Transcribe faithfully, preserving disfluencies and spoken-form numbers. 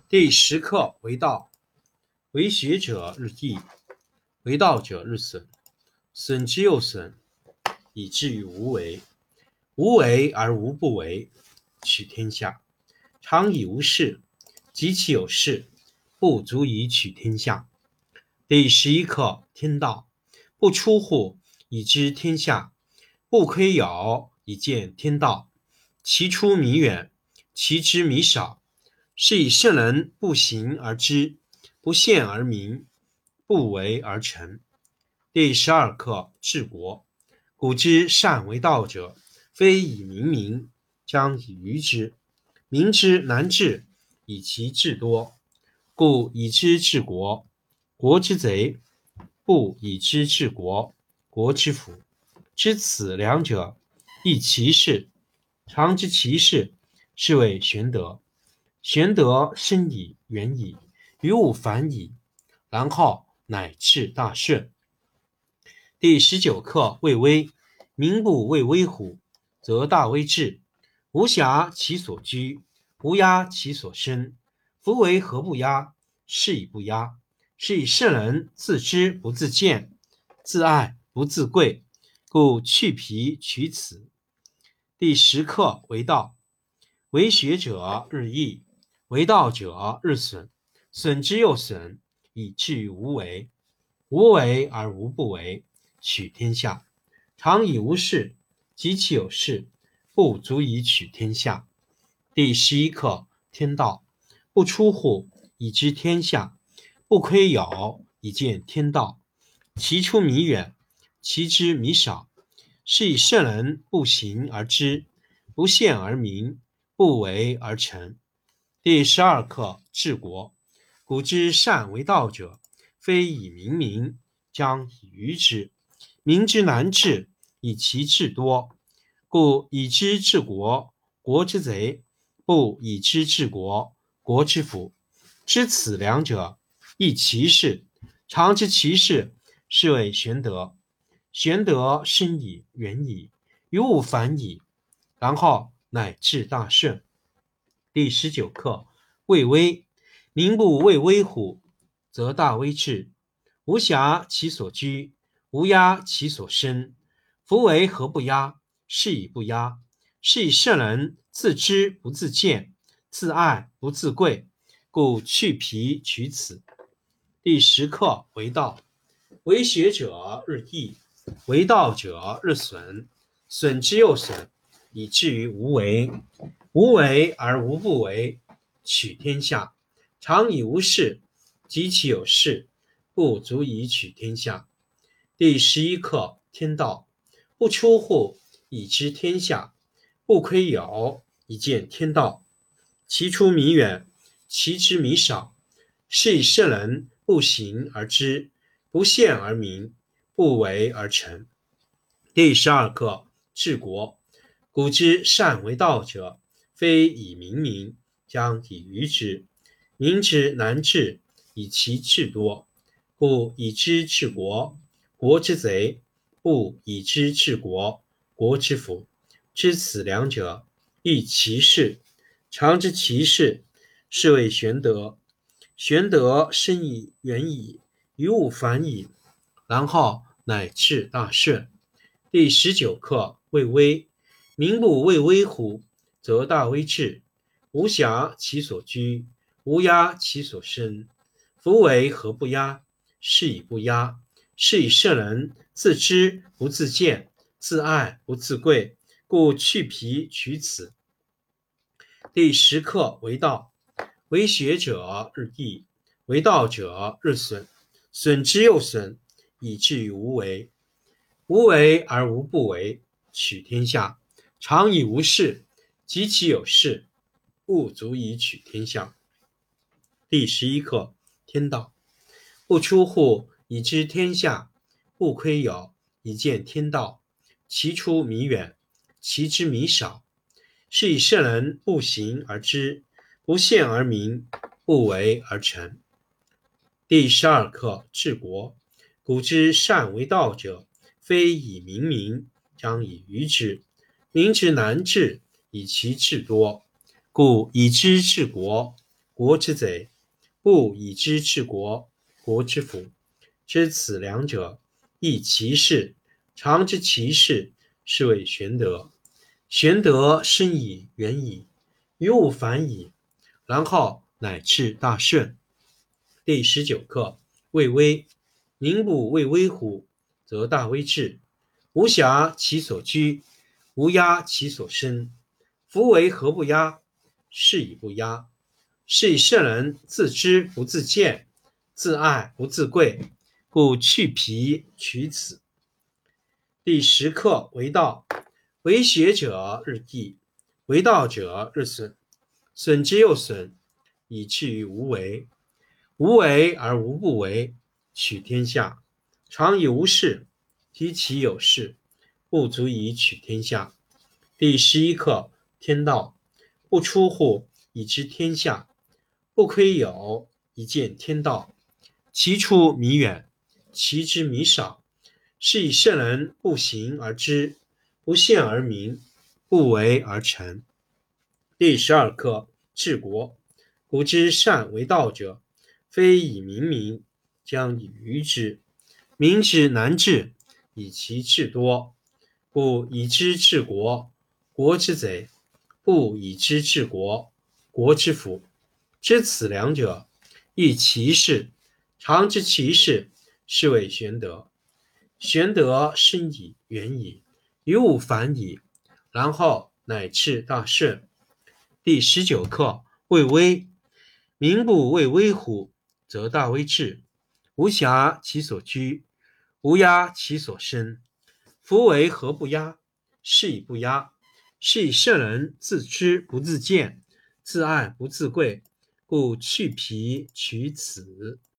第十课为道，为学者日益，为道者日损，损之又损，以至于无为。无为而无不为，取天下。常以无事，及其有事，不足以取天下。第十一课天道，不出户，以知天下；不窥牖，以见天道。其出弥远，其知弥少。是以圣人不行而知，不见而明，不为而成。第十二课治国。古之善为道者，非以明民，将以愚之。民之难治，以其智多。故以知治国，国之贼；不以知治国，国之福。知此两者，亦其事。常知其事，是谓玄德。玄德深矣，远矣，于物反矣，然后乃至大顺。第十九课畏威。民不畏威乎，则大威至。无暇其所居，无压其所生。夫为何不压？是以不压。是以圣人自知不自见，自爱不自贵，故去皮取此。第十课为道，为学者日益，为道者日损，损之又损，以至于无为。无为而无不为，取天下。常以无事，及其有事，不足以取天下。第十一课天道，不出户，以知天下；不窥牖，以见天道。其出弥远，其知弥少。是以圣人不行而知，不见而明，不为而成。第十二课治国。古之善为道者，非以明民，将以愚之。民之难治，以其智多。故以知治国，国之贼；不以知治国，国之福。知此两者，亦其事。常知其事，是谓玄德。玄德深矣，远矣，于物反矣，然后乃至大顺。第十九课畏威。民不畏威乎，则大威至。无暇其所居，无压其所生。夫为何不压？是以不压。是以圣人自知不自见，自爱不自贵，故去皮取此。第十课为道，为学者日益，为道者日损，损之又损，以至于无为。无为而无不为，取天下。常以无事，及其有事，不足以取天下。第十一课天道，不出户，以知天下；不窥牖，以见天道。其出弥远，其知弥少。是以圣人不行而知，不见而明，不为而成。第十二课治国。古之善为道者，非以明民，将以愚之。民之难治，以其智多。故以知治国，国之贼；不以知治国，国之福。知此两者，亦其事。常知其事，是谓玄德。玄德深矣，远矣，于物反矣，然后乃至大顺。第十九课畏威。民不畏威乎，则大威至。无暇其所居，无压其所生。夫为何不压？是以不压。是以圣人自知不自见，自爱不自贵，故去皮取此。第十课为道，为学者日益，为道者日损，损之又损，以至于无为。无为而无不为，取天下。常以无事，及其有事，不足以取天下。第十一课天道，不出户，以知天下；不窥牖，以见天道。其出弥远，其知弥少。是以圣人不行而知，不见而明，不为而成。第十二课治国。古之善为道者，非以明民，将以愚之。民之难治，以其智多。故以知治国， 国之贼，不以知治国，国之福。知此两者，亦其事。常知其事，是谓玄德。玄德深矣，远矣，于物反矣，然后乃至大顺。第十九课，畏威。民不畏威乎，则大威至。无暇其所居，无压其所生。夫为何不压？是以不压。是以圣人自知不自见，自爱不自贵，故去皮取此。第十课，为道。为学者日益，为道者日损，损之又损，以至于无为。无为而无不为，取天下常以无事，及其有事，不足以取天下。第十一课，天道。不出户，以知天下；不窥有，以见天道。其出弥远，其知弥少。是以圣人不行而知，不见而明，不为而成。第十二课，治国。古之善为道者，非以明民，将以愚之。民之难治，以其智多。故以知治国，国之贼；不以知治国，国之福。知此两者，亦其事。常知其事，是谓玄德。玄德深矣，远矣，于物反矣，然后乃至大顺。第十九课，畏威。民不畏威乎，则大威至。无暇其所居，无压其所生。夫为何不压？是以不压。是以圣人自知不自见，自爱不自贵，故去皮取此。